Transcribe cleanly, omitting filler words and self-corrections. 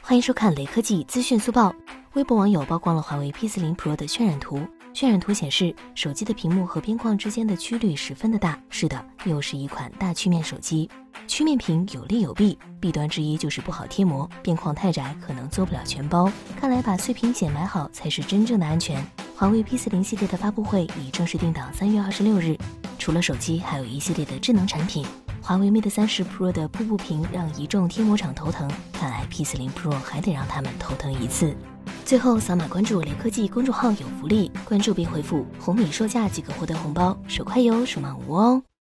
欢迎收看雷科技资讯速报。微博网友曝光了华为 P40 Pro 的渲染图，渲染图显示手机的屏幕和边框之间的曲率十分的大。是的，又是一款大曲面手机。曲面屏有利有弊，弊端之一就是不好贴膜，边框太窄可能做不了全包。看来把碎屏险买好才是真正的安全。华为 P40 系列的发布会已正式定档3月26日，除了手机，还有一系列的智能产品。华为 Mate 30 Pro 的瀑布屏让一众贴膜厂头疼，看来 P40 Pro 还得让他们头疼一次。最后扫码关注雷科技公众号有福利，关注并回复红米售价即可获得红包，手快有，手慢无哦。